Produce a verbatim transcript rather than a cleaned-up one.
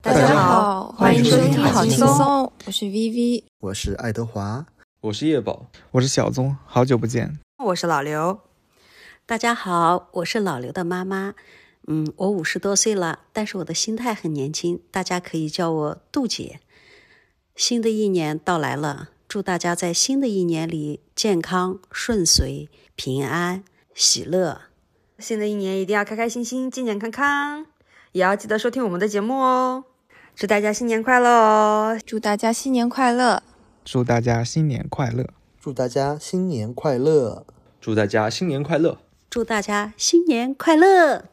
大家好，欢迎收听好轻松， 我是 V V， 我是爱德华， 我是叶宝， 我是小宗，好久不见。 我是老刘。 大家好，我是老刘的妈妈。嗯，我五十多岁了，但是我的心态很年轻，大家可以叫我杜姐。新的一年到来了，祝大家在新的一年里健康顺遂、平安喜乐。 新的一年一定要开开心心、健健康康，也要记得收听我们的节目哦。祝大家新年快乐哦！ 祝大家新年快乐！ 祝大家新年快乐！ 祝大家新年快乐！ 祝大家新年快乐！ 祝大家新年快乐！